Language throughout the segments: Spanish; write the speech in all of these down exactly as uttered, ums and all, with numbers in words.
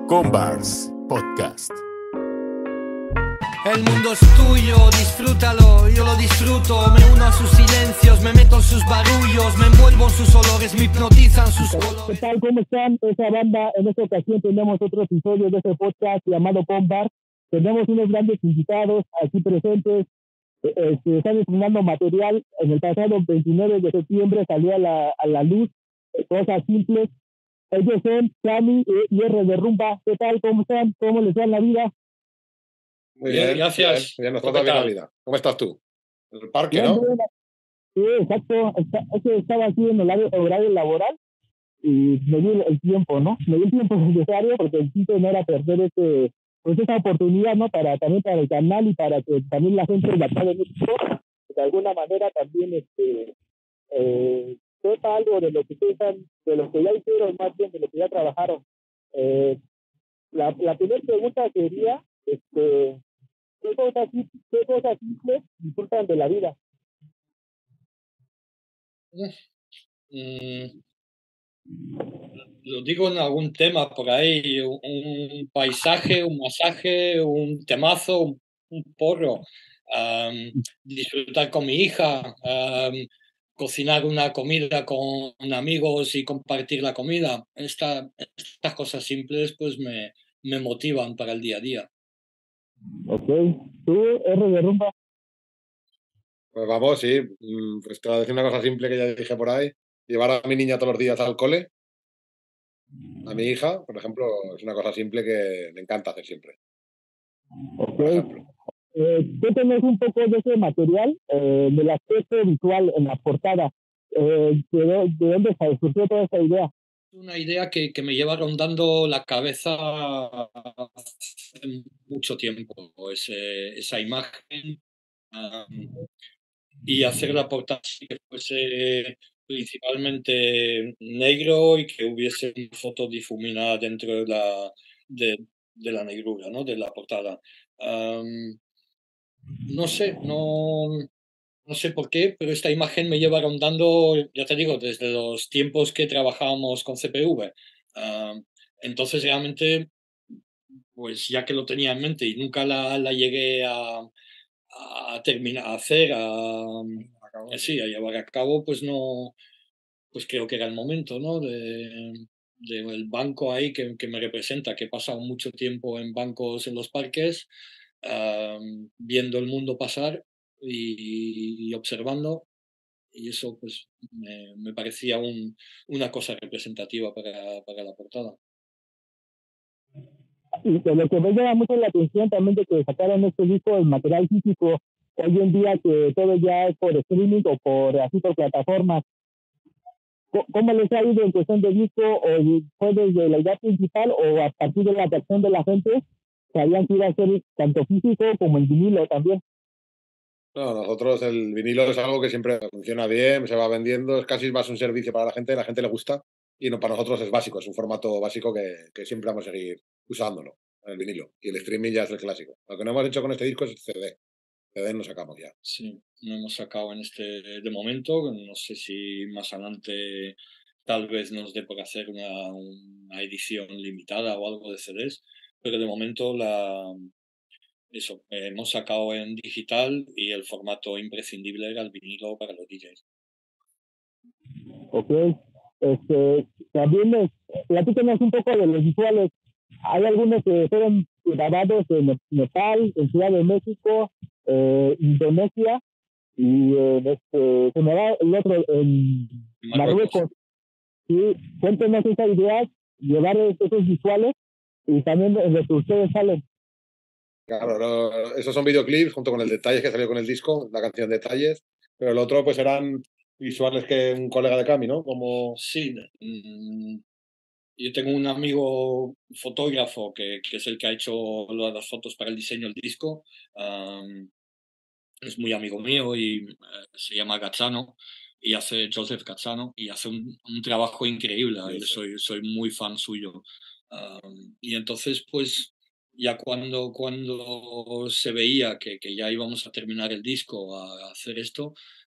Combars Podcast. El mundo es tuyo, disfrútalo, yo lo disfruto. Me uno a sus silencios, me meto en sus barullos, me envuelvo en sus olores, me hipnotizan sus colores. ¿Qué tal? ¿Cómo están? Esa banda, en esta ocasión tenemos otro episodio de este podcast llamado Combars. Tenemos unos grandes invitados aquí presentes. Eh, eh, están estrenando material. En el pasado veintinueve de septiembre salió a la, a la luz eh, Cosas Simples. Ellos son Sammy y R de Rumba. ¿Qué tal? ¿Cómo están? ¿Cómo les va en la vida? Muy bien, bien gracias. Bien, bien, nos trata bien la vida. ¿Cómo estás tú? En el parque, Bien, ¿no? bien. Sí, exacto. Está, es que estaba aquí en el horario, horario laboral y me di el tiempo, ¿no? Me di el tiempo necesario porque el chiste no era perder este, pues esa oportunidad, ¿no? Para también para el canal y para que también la gente de acá de México, de alguna manera también este, eh, sepa algo de lo que piensan, de lo que ya hicieron, más bien de lo que ya trabajaron. Eh, la, la primera pregunta sería, este, ¿qué cosas, qué cosas simples disfrutan de la vida? Mm, lo digo en algún tema por ahí, un, un paisaje, un masaje, un temazo, un, un porro, um, disfrutar con mi hija, um, cocinar una comida con amigos y compartir la comida. Esta, estas cosas simples pues me, me motivan para el día a día. Ok, tú, R de Rumba. Pues vamos, sí. Pues te voy a decir una cosa simple que ya dije por ahí. Llevar a mi niña todos los días al cole. A mi hija, por ejemplo, es una cosa simple que me encanta hacer siempre. Ok. Por ejemplo. Eh, cuéntanos un poco de ese material, eh, del aspecto visual en la portada. Eh, ¿de, ¿De dónde surgió toda esta idea? Una idea que, que me lleva rondando la cabeza hace mucho tiempo, ese, esa imagen, um, y hacer la portada que fuese principalmente negro y que hubiese una foto difuminada dentro de la, de, de la negrura, ¿no? De la portada. Um, no sé, no, no sé por qué, pero esta imagen me lleva rondando, ya te digo, desde los tiempos que trabajábamos con C P V. Uh, entonces, realmente, pues ya que lo tenía en mente y nunca la, la llegué a, a terminar, a hacer, a, a, sí, a llevar a cabo, pues no, pues creo que era el momento, ¿no? De, del banco ahí que, que me representa, que he pasado mucho tiempo en bancos en los parques, uh, viendo el mundo pasar y, y observando. Y eso pues me, me parecía un, una cosa representativa para, para la portada. Y de lo que me llama mucho la atención también de que sacaron este disco, el material físico, hoy en día que todo ya es por streaming o por así por plataformas. ¿Cómo les ha ido en cuestión de disco? ¿O fue desde la idea principal o a partir de la atracción de la gente sabían que iba a ser tanto físico como en vinilo también? No, nosotros el vinilo es algo que siempre funciona bien, se va vendiendo, es casi más un servicio para la gente, a la gente le gusta y no, para nosotros es básico, es un formato básico que, que siempre vamos a seguir usándolo, el vinilo. Y el streaming ya es el clásico. Lo que no hemos hecho con este disco es el C D. C D no sacamos ya. Sí, no hemos sacado en este de momento, no sé si más adelante tal vez nos dé por hacer una, una edición limitada o algo de C Ds, pero de momento la, eso, eh, hemos sacado en digital y el formato imprescindible era el vinilo para los D Js. Ok, este, también es, platícanos un poco de los visuales. Hay algunos que fueron grabados en Nepal, en Ciudad de México, eh, Indonesia y en este, se me va el otro en Marruecos. Marruecos. Sí, cuéntenos esa idea, llevar esos visuales y también de los que ustedes salen. Claro, no, esos son videoclips junto con el Detalles que salió con el disco, la canción Detalles, pero el otro pues eran visuales que un colega de Cami, ¿no? Como... Sí, yo tengo un amigo fotógrafo que, que es el que ha hecho las fotos para el diseño del disco, um, es muy amigo mío y uh, se llama Gazzano y hace Joseph Gazzano y hace un, un trabajo increíble, sí, yo soy, soy muy fan suyo. Um, y entonces pues ya cuando, cuando se veía que, que ya íbamos a terminar el disco, a hacer esto,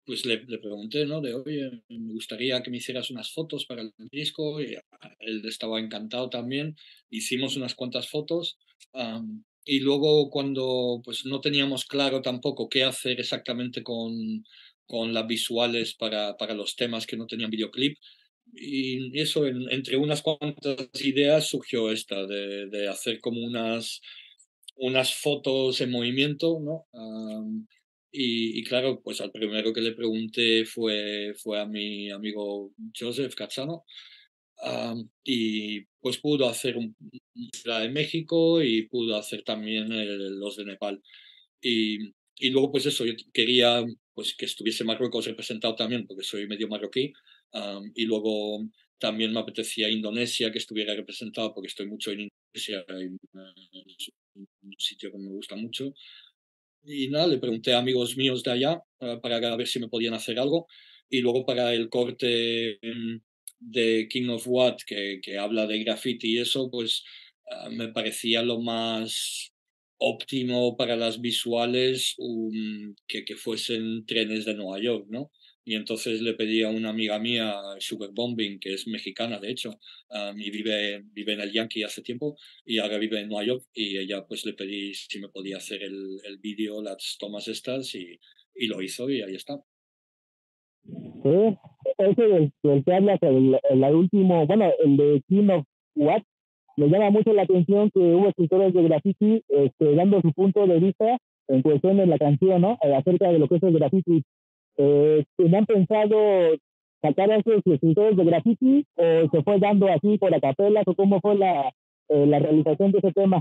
pues le, le pregunté, ¿no? De, oye, me gustaría que me hicieras unas fotos para el disco, y él estaba encantado también. Hicimos unas cuantas fotos, um, y luego cuando pues no teníamos claro tampoco qué hacer exactamente con, con las visuales para, para los temas que no tenían videoclip, y eso, en, entre unas cuantas ideas surgió esta, de, de hacer como unas, unas fotos en movimiento, ¿no? Um, y, y claro, pues al primero que le pregunté fue, fue a mi amigo Joseph Cazzano, um, y pues pudo hacer un, la de México y pudo hacer también el, los de Nepal. Y, y luego pues eso, yo quería pues que estuviese Marruecos representado también, porque soy medio marroquí, um, y luego también me apetecía Indonesia que estuviera representado, porque estoy mucho en Indonesia, y, uh, es un sitio que me gusta mucho. Y nada, le pregunté a amigos míos de allá uh, para ver si me podían hacer algo. Y luego para el corte um, de King of What, que, que habla de graffiti y eso, pues uh, me parecía lo más óptimo para las visuales, um, que, que fuesen trenes de Nueva York, ¿no? Y entonces le pedí a una amiga mía, Sugar Bombing, que es mexicana de hecho, um, y vive, vive en el Yankee hace tiempo, y ahora vive en Nueva York, y ella pues le pedí si me podía hacer el, el vídeo, las tomas estas, y, y lo hizo, y ahí está. Sí, ese del, del que hablas, el, el, el último, bueno, el de King of What, me llama mucho la atención que hubo escritores de graffiti este, dando su punto de vista en cuestión de la canción, ¿no? Eh, acerca de lo que es el graffiti. Eh, ¿Me han pensado sacar a esos escritores de graffiti o se fue dando así por acapelas o cómo fue la, eh, la realización de ese tema?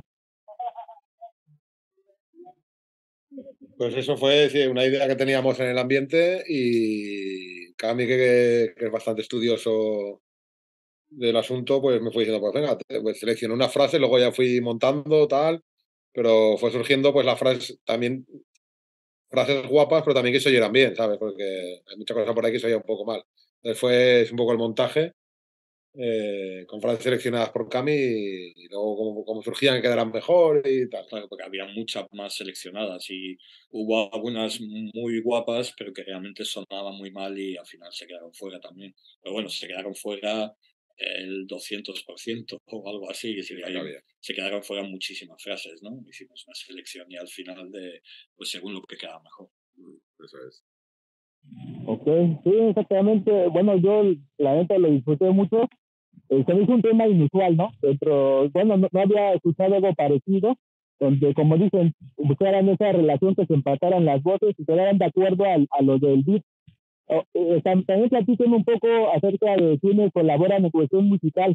Pues eso fue sí, una idea que teníamos en el ambiente, y Cami, que, que es bastante estudioso del asunto, pues me fue diciendo, pues venga, pues seleccioné una frase, luego ya fui montando tal, pero fue surgiendo pues las frases también, frases guapas, pero también que se oyeran bien, ¿sabes? Porque hay muchas cosas por ahí que se oían un poco mal. Entonces fue es un poco el montaje, eh, con frases seleccionadas por Cami, y, y luego como, como surgían que quedaran mejor y tal. Claro, porque había muchas más seleccionadas y hubo algunas muy guapas, pero que realmente sonaban muy mal y al final se quedaron fuera también. Pero bueno, se quedaron fuera el doscientos por ciento o algo así, y si hay, se quedaron fuera muchísimas frases, ¿no? Hicimos una selección y al final de, pues según lo que queda mejor. Eso es. Ok, sí, exactamente. Bueno, yo la neta lo disfruté mucho. Eh, se me hizo un tema inusual, ¿no? Pero, bueno, no, no había escuchado algo parecido, donde, como dicen, buscaran esa relación, que se empataran las voces y quedaran de acuerdo al, a lo del beat. Oh, eh, también platiquen un poco acerca de quiénes colaboran en cuestión musical.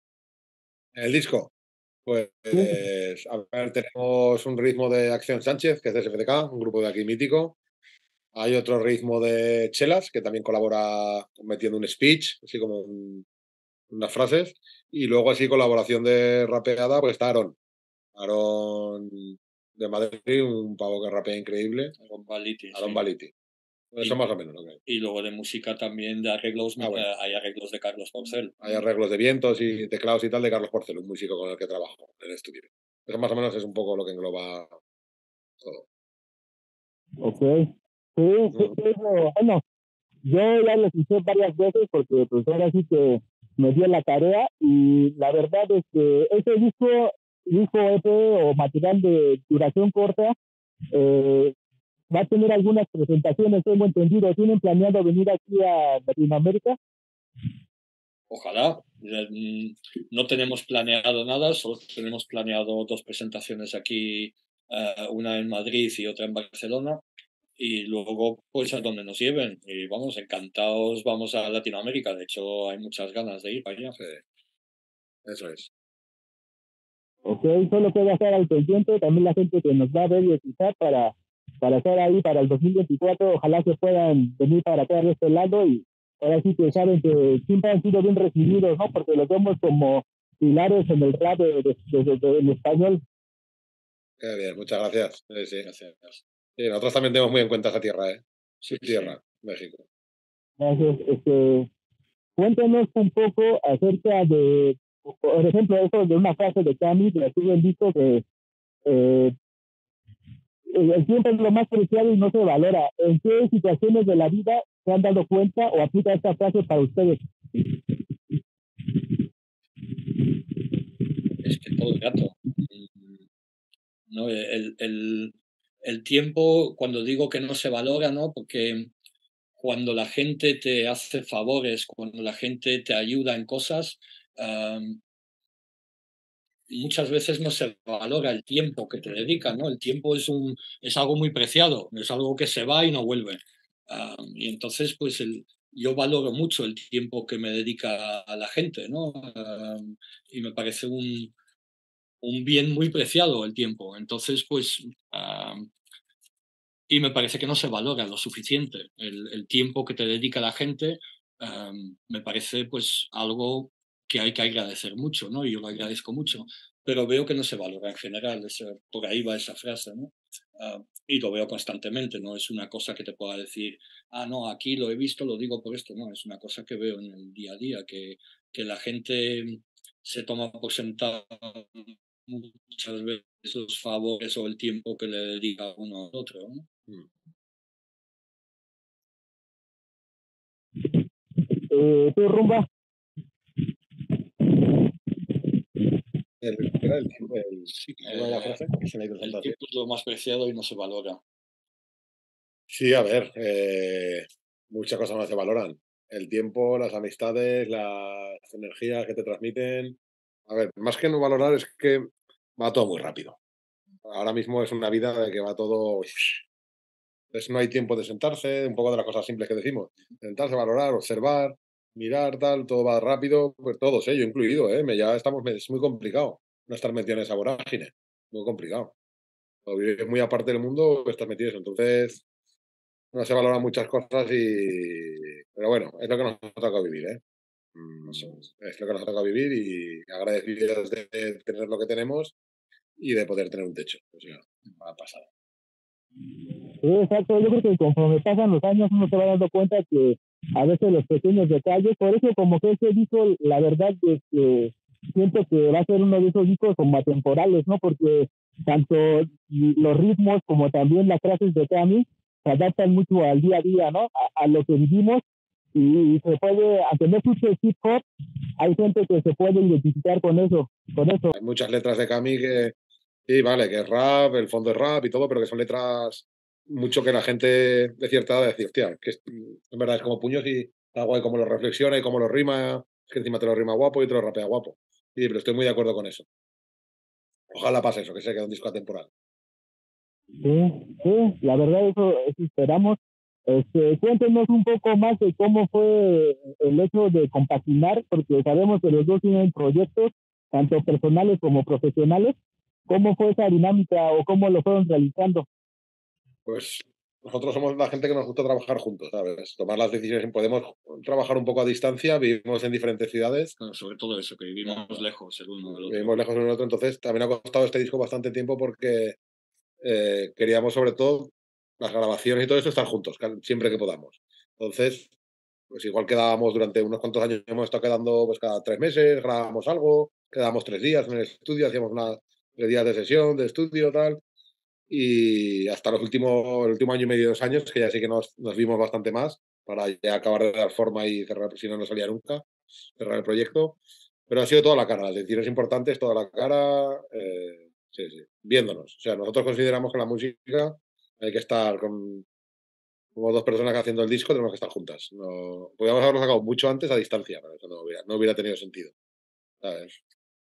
El disco, pues, Sí. a ver, tenemos un ritmo de Acción Sánchez, que es de S F D K, un grupo de aquí mítico. Hay otro ritmo de Chelas, que también colabora metiendo un speech, así como un, unas frases. Y luego así colaboración de rapeada, pues está Aaron. Aaron de Madrid, un pavo que rapea increíble. Aaron Baliti. Aaron Sí. Baliti. Eso Y, más o menos. ¿Okay? Y luego de música también, de arreglos, ah, bueno. hay arreglos de Carlos Porcel. Hay arreglos de vientos y teclados y tal de Carlos Porcel, un músico con el que trabajo en el estudio. Eso más o menos es un poco lo que engloba todo. Ok. Sí, sí, sí, bueno, yo ya lo escuché varias veces porque pues ahora sí que me dio la tarea, y la verdad es que ese disco, disco E P o material de duración corta, eh, va a tener algunas presentaciones, tengo entendido. ¿Tienen planeado venir aquí a Latinoamérica? Ojalá. No tenemos planeado nada, solo tenemos planeado dos presentaciones aquí, uh, una en Madrid y otra en Barcelona, y luego pues a donde nos lleven. Y vamos, encantados, vamos a Latinoamérica. De hecho, hay muchas ganas de ir para allá. Sí. Eso es. Ok, solo queda estar al pendiente también la gente que nos va a ver y escuchar para, para estar ahí para el dos mil veinticuatro. Ojalá que puedan venir para acá de este lado, y ahora sí que saben que siempre han sido bien recibidos, ¿no? Porque los vemos como pilares en el rap de, de, de, de, de, en español. Qué bien, muchas gracias. Sí, sí, gracias. Sí, nosotros también tenemos muy en cuenta esa tierra, ¿eh? Sí, tierra, sí. México. Gracias. Este, cuéntanos un poco acerca de, por ejemplo, eso de una frase de Cami, que estuve visto que eh, el, el tiempo es lo más preciado y no se valora. ¿En qué situaciones de la vida se han dado cuenta o aplica esta frase para ustedes? Es que todo el rato. ¿No? El, el, el tiempo, cuando digo que no se valora, ¿no? Porque cuando la gente te hace favores, cuando la gente te ayuda en cosas, um, muchas veces no se valora el tiempo que te dedican, ¿no? El tiempo es, un, es algo muy preciado, es algo que se va y no vuelve. Um, y entonces, pues el, yo valoro mucho el tiempo que me dedica a la gente, ¿no? Um, y me parece un, un bien muy preciado el tiempo. Entonces, pues... Um, y me parece que no se valora lo suficiente. El, el tiempo que te dedica la gente um, me parece pues algo que hay que agradecer mucho, ¿no? Y yo lo agradezco mucho, pero veo que no se valora en general. Es, por ahí va esa frase, ¿no? Uh, y lo veo constantemente, no es una cosa que te pueda decir, ah, no, aquí lo he visto, lo digo por esto, no, es una cosa que veo en el día a día, que, que la gente se toma por sentado muchas veces los favores o el tiempo que le dedica uno al otro, ¿no? Eh, ¿Tú, Rumba? El, era el tiempo, el, Sí, ¿cómo era la frase? Que se me ha ido el tanto así. tiempo es lo más preciado y no se valora. Sí, a ver, eh, muchas cosas no se valoran. El tiempo, las amistades, las energías que te transmiten. A ver, más que no valorar es que va todo muy rápido. Ahora mismo es una vida de que va todo... Pues no hay tiempo de sentarse, un poco de las cosas simples que decimos. Sentarse, valorar, observar, mirar, tal, todo va rápido, pues todos, ¿eh? Yo incluido, ¿eh? Me, ya estamos, es muy complicado no estar metido en esa vorágine. Muy complicado. O vives muy aparte del mundo, estás metido en eso. Entonces, no se valoran muchas cosas y... Pero bueno, es lo que nos ha tocado vivir, ¿eh? Mm, es lo que nos ha tocado vivir y agradecidos de tener lo que tenemos y de poder tener un techo. O sea, ha pasado. Sí, exacto. Yo creo que conforme pasan los años uno se va dando cuenta que a veces los pequeños detalles, por eso como que ese disco, la verdad es que siento que va a ser uno de esos discos como atemporales, ¿no? Porque tanto los ritmos como también las frases de Cami se adaptan mucho al día a día, ¿no? A, a lo que vivimos y, y se puede, aunque no escuche hip hop, hay gente que se puede identificar con eso, con eso. Hay muchas letras de Cami que, sí, vale, que es rap, el fondo es rap y todo, pero que son letras mucho que la gente de cierta edad decir, hostia, que es, en verdad es como puños y está guay como lo reflexiona y como lo rima, es que encima te lo rima guapo y te lo rapea guapo. Sí, pero estoy muy de acuerdo con eso. Ojalá pase eso, que se quede un disco atemporal. Sí, sí, la verdad eso, eso esperamos. Este, cuéntenos un poco más de cómo fue el hecho de compaginar, porque sabemos que los dos tienen proyectos, tanto personales como profesionales. ¿Cómo fue esa dinámica o cómo lo fueron realizando? Pues nosotros somos la gente que nos gusta trabajar juntos, ¿sabes? Tomar las decisiones, podemos trabajar un poco a distancia, vivimos en diferentes ciudades. Bueno, sobre todo eso, que vivimos lejos el uno del otro. Vivimos lejos el uno del otro, entonces también ha costado este disco bastante tiempo porque eh, queríamos sobre todo las grabaciones y todo esto estar juntos, siempre que podamos. Entonces, pues igual quedábamos durante unos cuantos años, hemos estado quedando pues cada tres meses, grabábamos algo, quedábamos tres días en el estudio, hacíamos una, tres días de sesión, de estudio, tal. Y hasta los últimos, el último año y medio, dos años, que ya sí que nos, nos vimos bastante más para ya acabar de dar forma y cerrar, si no, no salía nunca, cerrar el proyecto. Pero ha sido toda la cara, las decisiones importantes, toda la cara, eh, sí, sí, viéndonos. O sea, nosotros consideramos que la música hay que estar con como dos personas haciendo el disco, tenemos que estar juntas. No, podríamos haberlo sacado mucho antes a distancia, pero eso no hubiera, no hubiera tenido sentido, ¿sabes?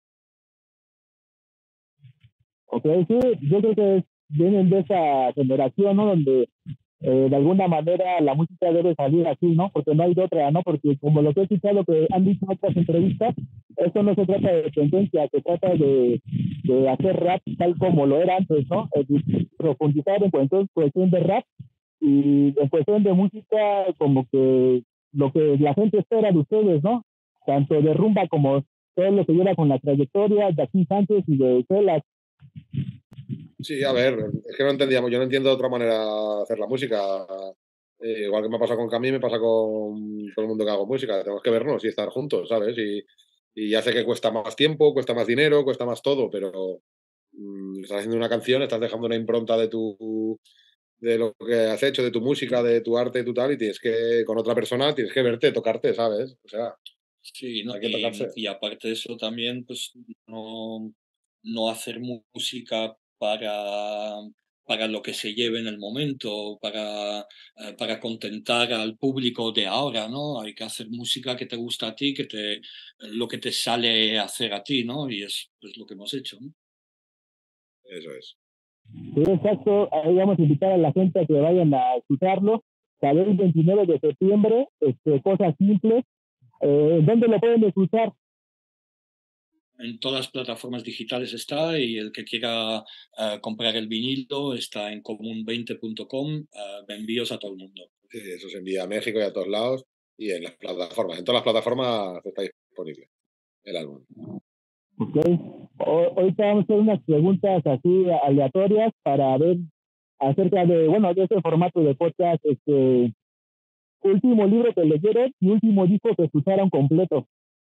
Ok, sí, yo creo que vienen de esa generación, ¿no? Donde eh, de alguna manera la música debe salir así, ¿no? Porque no hay de otra, ¿no? Porque como lo que he escuchado que han dicho en otras entrevistas, esto no se trata de tendencia, se trata de, de hacer rap tal como lo era antes, ¿no? Es decir, profundizar en cuestión, cuestión de rap y en cuestión de música como que lo que la gente espera de ustedes, ¿no? Tanto de rumba como todo lo que lleva con la trayectoria de aquí Sánchez y de Celas. Sí, a ver, es que no entendíamos, yo no entiendo de otra manera de hacer la música. Eh, igual que me pasa con Camille, me pasa con todo el mundo que hago música. Tenemos que vernos y estar juntos, ¿sabes? Y, y ya sé que cuesta más tiempo, cuesta más dinero, cuesta más todo, pero mm, estás haciendo una canción, estás dejando una impronta de tu de lo que has hecho, de tu música, de tu arte, tu tal, y tienes que, con otra persona, tienes que verte, tocarte, ¿sabes? O sea, Sí, ¿no? hay que Y, tocarse. y aparte de eso también, pues no, no hacer mu- música para, para lo que se lleve en el momento, para, eh, para contentar al público de ahora, ¿no? Hay que hacer música que te gusta a ti, que te, lo que te sale a hacer a ti, ¿no? Y es pues, lo que hemos hecho, ¿no? Eso es. Sí, exacto. Ahí vamos a invitar a la gente a que vayan a escucharlo. Sale el veintinueve de septiembre, este, cosas simples. Eh, ¿Dónde lo pueden escuchar? En todas las plataformas digitales está y el que quiera eh, comprar el vinilo está en común veinte punto com, eh, envíos a todo el mundo. Sí, eso se envía a México y a todos lados y en las plataformas. En todas las plataformas está disponible el álbum. Ok. O- ahorita vamos a hacer unas preguntas así aleatorias para ver acerca de, bueno, de ese formato de podcast, este, último libro que leyeron y último disco que escucharon completo.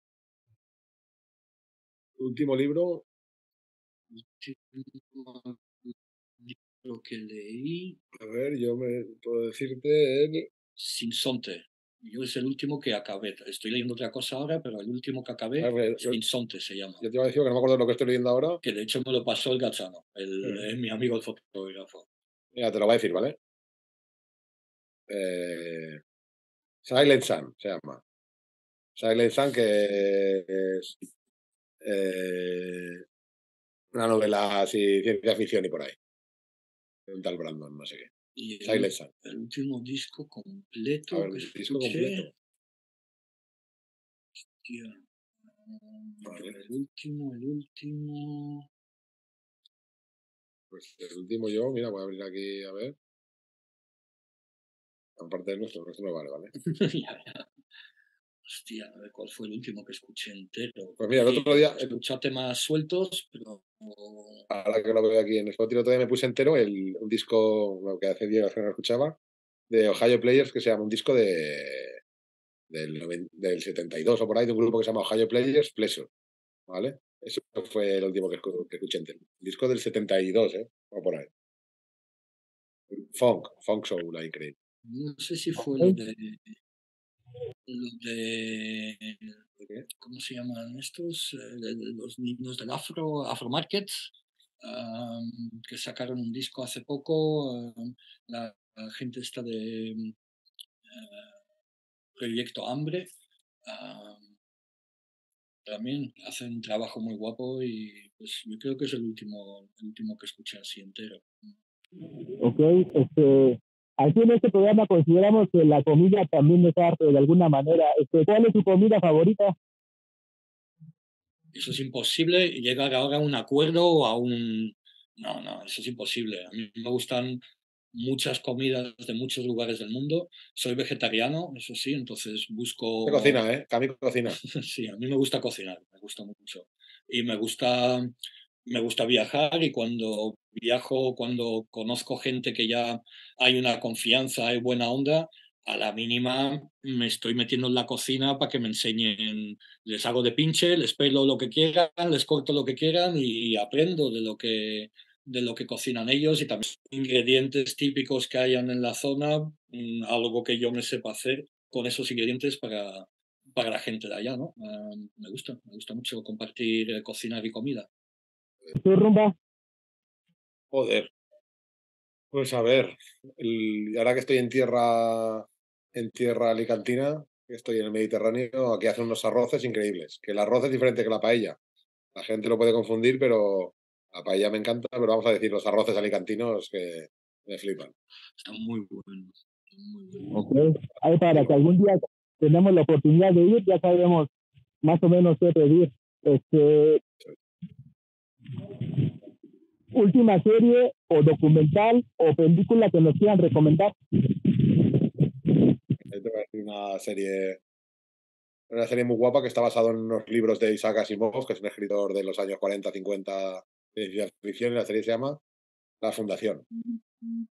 Último libro, Lo que leí, a ver, yo me puedo decirte el... Sinsonte. Yo es el último que acabé. Estoy leyendo otra cosa ahora, pero el último que A acabé, ver, yo, Sinsonte se llama. yo te iba a decir que no me acuerdo de lo que estoy leyendo ahora. Que de hecho me lo pasó el Gazzano, el, Mm. es mi amigo el fotógrafo. Mira, te lo voy a decir, ¿vale? Eh, Silent Sun se llama. Silent Sun, que es eh, una novela así, ciencia ficción y por ahí. Un tal Brandon, no sé qué. Y el, Silent Sun. el último disco A completo ver, que el disco escuché, completo. tío, Vale. el último, el último. Pues el último yo, mira, voy a abrir aquí a ver. Aparte del nuestro, el nuestro no vale, ¿vale? Ya, ya. Hostia, a ver cuál fue el último que escuché entero. Pues mira, el otro Sí, día, el- escuché temas sueltos, pero ahora que lo veo aquí en Spotify, el otro día me puse entero el, un disco, lo que hace días que no lo escuchaba, de Ohio Players, que se llama un disco de, del, noven- del setenta y dos o por ahí, de un grupo que se llama Ohio Players, Pleasure, ¿vale? Eso fue el último que, escu- que escuché entero. Disco del setenta y dos, ¿eh? O por ahí. Funk, funk soul, ahí increíble. no sé si fue lo Ok. de lo de ¿cómo se llaman estos? Eh, de- de los niños del Afro, Afro Market, am, que sacaron un disco hace poco. am, la, la gente está de eh, Proyecto Hambre. am, también hacen un trabajo muy guapo y pues yo creo que es el último, el último que escuché así entero. Ok, este, aquí en este programa consideramos que la comida también es arte de alguna manera. Este, ¿cuál es tu comida favorita? Eso es imposible llegar ahora a un acuerdo o a un... No, no, eso es imposible. A mí me gustan muchas comidas de muchos lugares del mundo. Soy vegetariano, eso sí, entonces ¿Qué busco... cocina, eh? Cami cocina. Sí, a mí me gusta cocinar, me gusta mucho. Y me gusta, me gusta viajar y cuando viajo, cuando conozco gente que ya hay una confianza, hay buena onda, a la mínima me estoy metiendo en la cocina para que me enseñen, les hago de pinche, les pelo lo que quieran, les corto lo que quieran y aprendo de lo que, de lo que cocinan ellos y también ingredientes típicos que hayan en la zona, mm, algo que yo me sepa hacer con esos ingredientes para, para la gente de allá, ¿no? Uh, me gusta, me gusta mucho compartir eh, cocinar y comida. ¿Tu rumba? Joder. Pues a ver, el- ahora que estoy en tierra, en tierra alicantina, que estoy en el Mediterráneo, aquí hacen unos arroces increíbles. Que el arroz es diferente que la paella. La gente lo puede confundir, pero la paella me encanta, pero vamos a decir los arroces alicantinos que me flipan. Están muy buenos. Muy buenos. Ok, ahí para que algún día tenemos la oportunidad de ir, ya sabemos más o menos qué pedir. Este, última serie o documental o película que nos quieran recomendar. Ahí te voy a decir una serie, una serie muy guapa que está basada en unos libros de Isaac Asimov, que es un escritor de los años cuarenta, cincuenta de ciencia ficción, y la serie se llama La Fundación.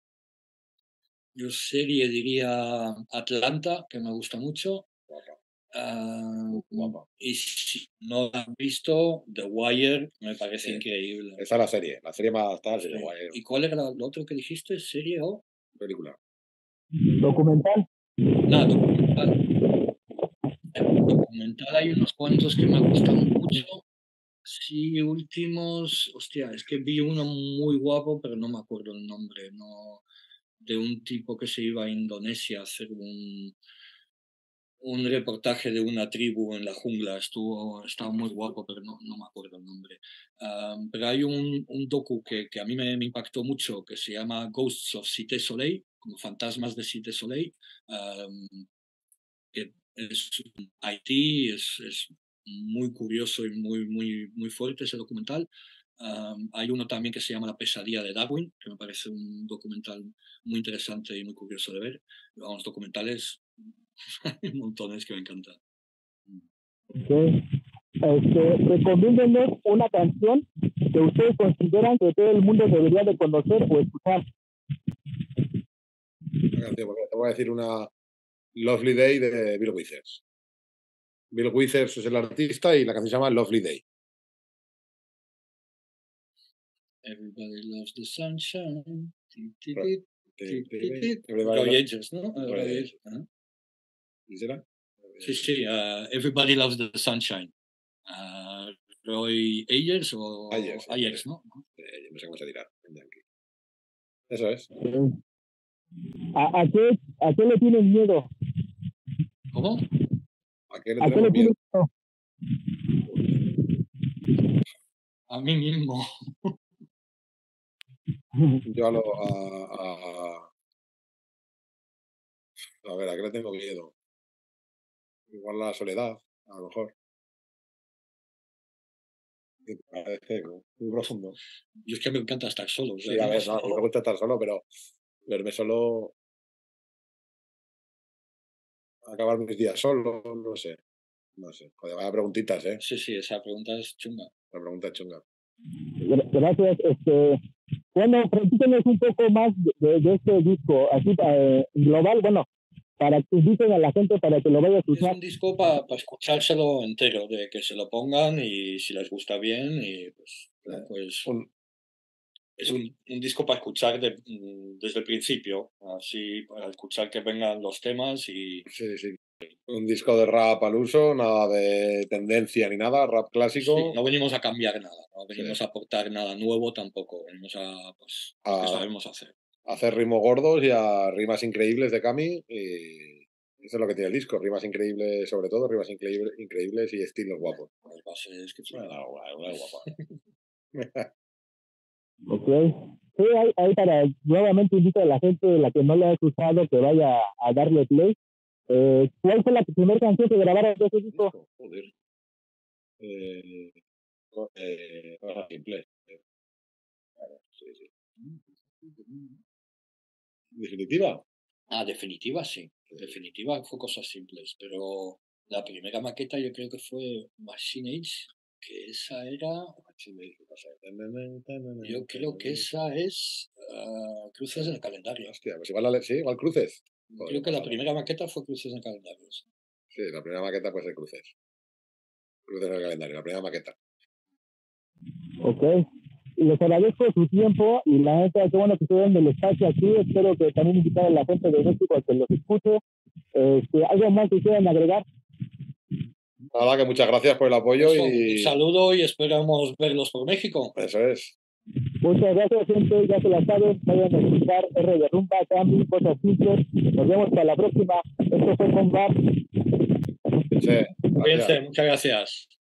Yo serie diría Atlanta, que me gusta mucho. Uh, Guapa. y si no la has visto, The Wire me parece Sí. increíble. Esa es la serie. La serie más tal es Sí. The Wire. ¿Y cuál era lo otro que dijiste? ¿Serie o? Película. Documental. Nada, documental. Documental hay unos cuantos que me gustan mucho. Sí, últimos. Hostia, es que vi uno muy guapo, pero no me acuerdo el nombre. No, de un tipo que se iba a Indonesia a hacer un, un reportaje de una tribu en la jungla. Estuvo, estaba muy guapo, pero no, no me acuerdo el nombre. Um, pero hay un, un docu que, que a mí me, me impactó mucho que se llama Ghosts of Cité Soleil, como fantasmas de Cité Soleil. Um, que es Haití, es, es muy curioso y muy, muy, muy fuerte ese documental. Um, hay uno también que se llama La pesadilla de Darwin, que me parece un documental muy interesante y muy curioso de ver. Vamos, documentales, hay montones que me encantan. Okay. Este, recomiéndenos una canción que ustedes consideran que todo el mundo debería de conocer o escuchar. Una canción, porque te voy a decir una Lovely Day de Bill Withers. Bill Withers es el artista y la canción se llama Lovely Day. Everybody loves the sunshine. Everybody Roy loves- Ayers, ¿no? Roy Roy Ayers. Ayers, ¿no? ¿Y será? Sí, sí, uh, Everybody Loves the Sunshine. Uh, Roy Ayers o Ayers, sí, Ayers, sí. ¿no? Eh, yo no sé cómo se dirá en yankee. Eso es. ¿A, a, qué, ¿A qué le tienen miedo? ¿Cómo? ¿A qué le ¿A qué le tenemos miedo? tienen miedo? A mí mismo. Yo a lo. A, a, a ver, ¿a qué le tengo miedo? Igual a la soledad, a lo mejor. Me parece muy profundo. Yo es que me encanta estar solo. O sea, Sí, a ver, no, a mí me gusta estar solo, pero verme solo. Acabar mis días solo, no sé. No sé. Joder, vaya preguntitas, ¿eh? Sí, sí, esa pregunta es chunga. La pregunta es chunga. Gracias. Este, bueno, platíquenos un poco más de, de este disco, así eh, global, bueno, para que inviten a la gente para que lo vaya a Es escuchar. un disco para pa escuchárselo entero, de que se lo pongan y si les gusta bien, y pues, Eh, pues un, es un, un disco para escuchar de, desde el principio, así para escuchar que vengan los temas y... sí, sí. Un disco de rap al uso, nada de tendencia ni nada, rap clásico. Sí, no venimos a cambiar nada, no venimos Sí. a aportar nada nuevo tampoco, venimos a, pues, A- lo que sabemos hacer. A hacer ritmos gordos y a rimas increíbles de Cami. Y eso es lo que tiene el disco, rimas increíbles, sobre todo, rimas increíbles, increíbles y estilos guapos. Las bases que Bueno, flipan. una guapa. Ok. Sí, ahí, ahí para, nuevamente invito a la gente, la que no le ha escuchado, que vaya a darle play. Eh, ¿Cuál fue la primera canción que grabaron de ese disco? Disco, joder. Eh, no, eh, cosas simples. Claro, sí, sí. Definitiva. Ah, definitiva sí, definitiva fue cosas simples, pero la primera maqueta yo creo que fue Machine Age, que esa era, yo creo que esa es uh, Cruces en el calendario. Hostia, pues igual, la, sí, igual Cruces. Joder, creo que la primera maqueta fue Cruces en el calendario. Sí, la primera maqueta puede ser Cruces. Cruces en el calendario, la primera maqueta. Ok. Y les agradezco su tiempo y la neta, qué bueno que estén en el espacio aquí. Espero que también invitar a la gente de México a que los escuche. Este, ¿algo más que quieran agregar? Nada, que muchas gracias por el apoyo. Eso, y un saludo y esperamos verlos por México. Eso es. Muchas gracias, gente. Ya se la saben. Vayan a escuchar R de Rumba, Cami, cosas simples. Nos vemos para la próxima. Esto fue con Bar. Sí, Cuídense, muchas gracias.